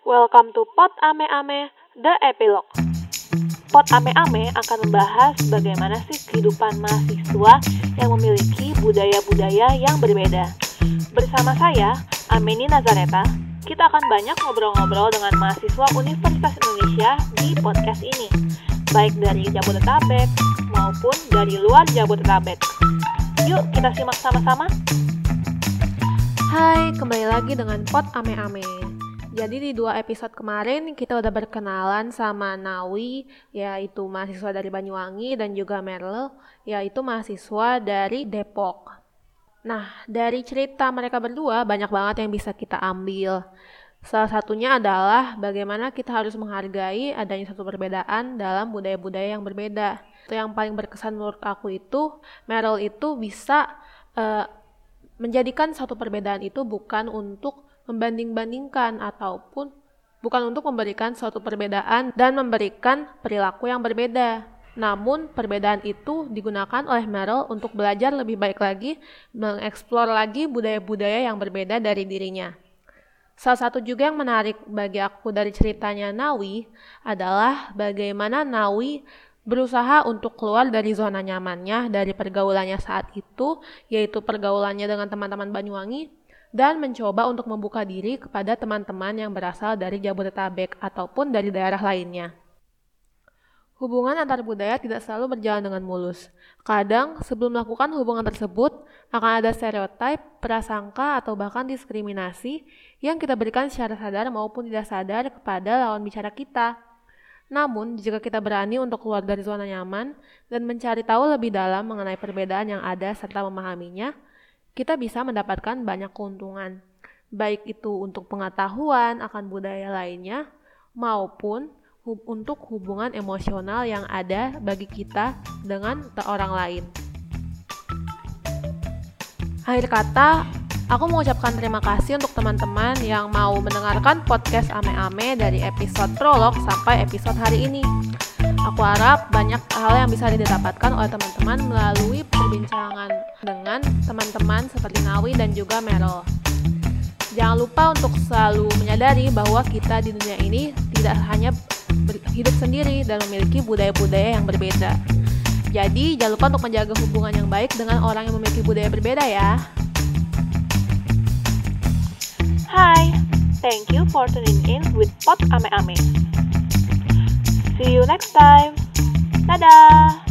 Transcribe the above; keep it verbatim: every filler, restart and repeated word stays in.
Welcome to Pot Ame Ame, The Epilogue. Pot Ame Ame akan membahas bagaimana sih kehidupan mahasiswa yang memiliki budaya-budaya yang berbeda. Bersama saya, Ameni Nazareta, kita akan banyak ngobrol-ngobrol dengan mahasiswa Universitas Indonesia di podcast ini, baik dari Jabodetabek maupun dari luar Jabodetabek. Yuk kita simak sama-sama. Hai, kembali lagi dengan Pot Ame Ame. Jadi di dua episode kemarin kita udah berkenalan sama Nawi, yaitu mahasiswa dari Banyuwangi, dan juga Merle, yaitu mahasiswa dari Depok. Nah, dari cerita mereka berdua banyak banget yang bisa kita ambil. Salah satunya adalah bagaimana kita harus menghargai adanya satu perbedaan dalam budaya-budaya yang berbeda. Yang paling berkesan menurut aku itu, Merle itu bisa uh, menjadikan satu perbedaan itu bukan untuk membanding-bandingkan ataupun bukan untuk memberikan suatu perbedaan dan memberikan perilaku yang berbeda. Namun perbedaan itu digunakan oleh Merle untuk belajar lebih baik lagi, mengeksplor lagi budaya-budaya yang berbeda dari dirinya. Salah satu juga yang menarik bagi aku dari ceritanya Nawi adalah bagaimana Nawi berusaha untuk keluar dari zona nyamannya, dari pergaulannya saat itu, yaitu pergaulannya dengan teman-teman Banyuwangi, dan mencoba untuk membuka diri kepada teman-teman yang berasal dari Jabodetabek ataupun dari daerah lainnya. Hubungan antar budaya tidak selalu berjalan dengan mulus. Kadang, sebelum melakukan hubungan tersebut, akan ada stereotip, prasangka, atau bahkan diskriminasi yang kita berikan secara sadar maupun tidak sadar kepada lawan bicara kita. Namun, jika kita berani untuk keluar dari zona nyaman dan mencari tahu lebih dalam mengenai perbedaan yang ada serta memahaminya, kita bisa mendapatkan banyak keuntungan, baik itu untuk pengetahuan akan budaya lainnya maupun hub- untuk hubungan emosional yang ada bagi kita dengan orang lain. Akhir kata, aku mengucapkan terima kasih untuk teman-teman yang mau mendengarkan podcast Ame Ame dari episode prolog sampai episode hari ini. Aku harap banyak hal yang bisa didapatkan oleh teman-teman melalui perbincangan dengan teman-teman seperti Nawi dan juga Merle. Jangan lupa untuk selalu menyadari bahwa kita di dunia ini tidak hanya hidup sendiri dan memiliki budaya-budaya yang berbeda. Jadi jangan lupa untuk menjaga hubungan yang baik dengan orang yang memiliki budaya berbeda ya. Hi, thank you for tuning in with Pot Ame Ame. See you next time. Dadah!